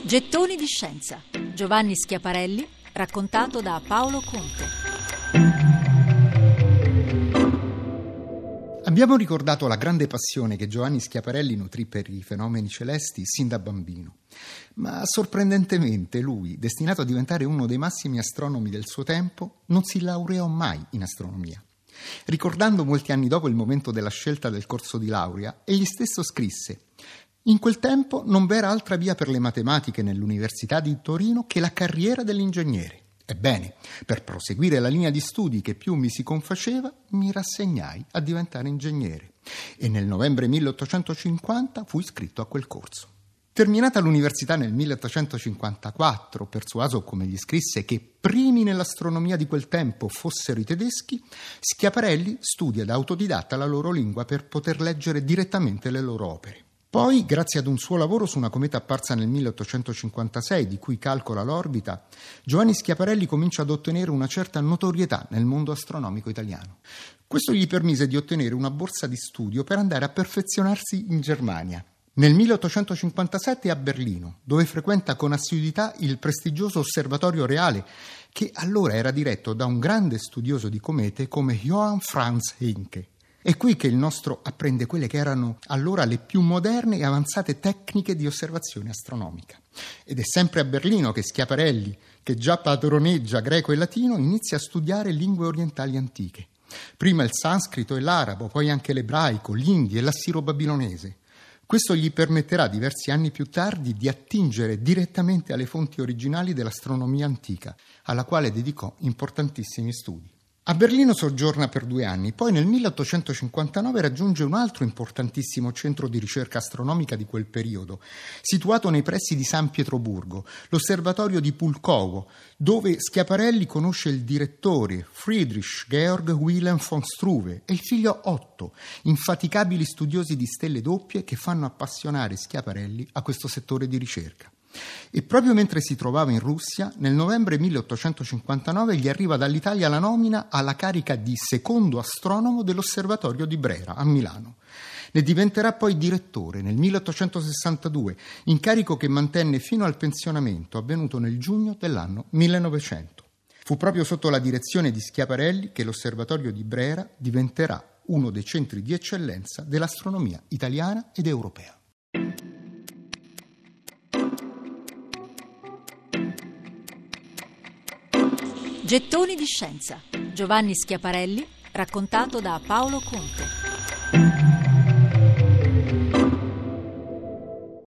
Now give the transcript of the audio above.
Gettoni di scienza. Giovanni Schiaparelli, raccontato da Paolo Conte. Abbiamo ricordato la grande passione che Giovanni Schiaparelli nutrì per i fenomeni celesti sin da bambino. Ma sorprendentemente lui, destinato a diventare uno dei massimi astronomi del suo tempo, non si laureò mai in astronomia. Ricordando molti anni dopo il momento della scelta del corso di laurea, egli stesso scrisse: «In quel tempo non v'era altra via per le matematiche nell'Università di Torino che la carriera dell'ingegnere. Ebbene, per proseguire la linea di studi che più mi si confaceva, mi rassegnai a diventare ingegnere e nel novembre 1850 fui iscritto a quel corso». Terminata l'università nel 1854, persuaso, come gli scrisse, che primi nell'astronomia di quel tempo fossero i tedeschi, Schiaparelli studia da autodidatta la loro lingua per poter leggere direttamente le loro opere. Poi, grazie ad un suo lavoro su una cometa apparsa nel 1856, di cui calcola l'orbita, Giovanni Schiaparelli comincia ad ottenere una certa notorietà nel mondo astronomico italiano. Questo gli permise di ottenere una borsa di studio per andare a perfezionarsi in Germania. Nel 1857 a Berlino, dove frequenta con assiduità il prestigioso Osservatorio Reale, che allora era diretto da un grande studioso di comete come Johann Franz Encke. È qui che il nostro apprende quelle che erano allora le più moderne e avanzate tecniche di osservazione astronomica. Ed è sempre a Berlino che Schiaparelli, che già padroneggia greco e latino, inizia a studiare lingue orientali antiche. Prima il sanscrito e l'arabo, poi anche l'ebraico, l'indio e l'assiro-babilonese. Questo gli permetterà diversi anni più tardi di attingere direttamente alle fonti originali dell'astronomia antica, alla quale dedicò importantissimi studi. A Berlino soggiorna per 2 anni, poi nel 1859 raggiunge un altro importantissimo centro di ricerca astronomica di quel periodo, situato nei pressi di San Pietroburgo, l'osservatorio di Pulkovo, dove Schiaparelli conosce il direttore Friedrich Georg Wilhelm von Struve e il figlio Otto, infaticabili studiosi di stelle doppie che fanno appassionare Schiaparelli a questo settore di ricerca. E proprio mentre si trovava in Russia, nel novembre 1859 gli arriva dall'Italia la nomina alla carica di secondo astronomo dell'Osservatorio di Brera a Milano. Ne diventerà poi direttore nel 1862, incarico che mantenne fino al pensionamento, avvenuto nel giugno dell'anno 1900. Fu proprio sotto la direzione di Schiaparelli che l'Osservatorio di Brera diventerà uno dei centri di eccellenza dell'astronomia italiana ed europea. Gettoni di scienza. Giovanni Schiaparelli, raccontato da Paolo Conte.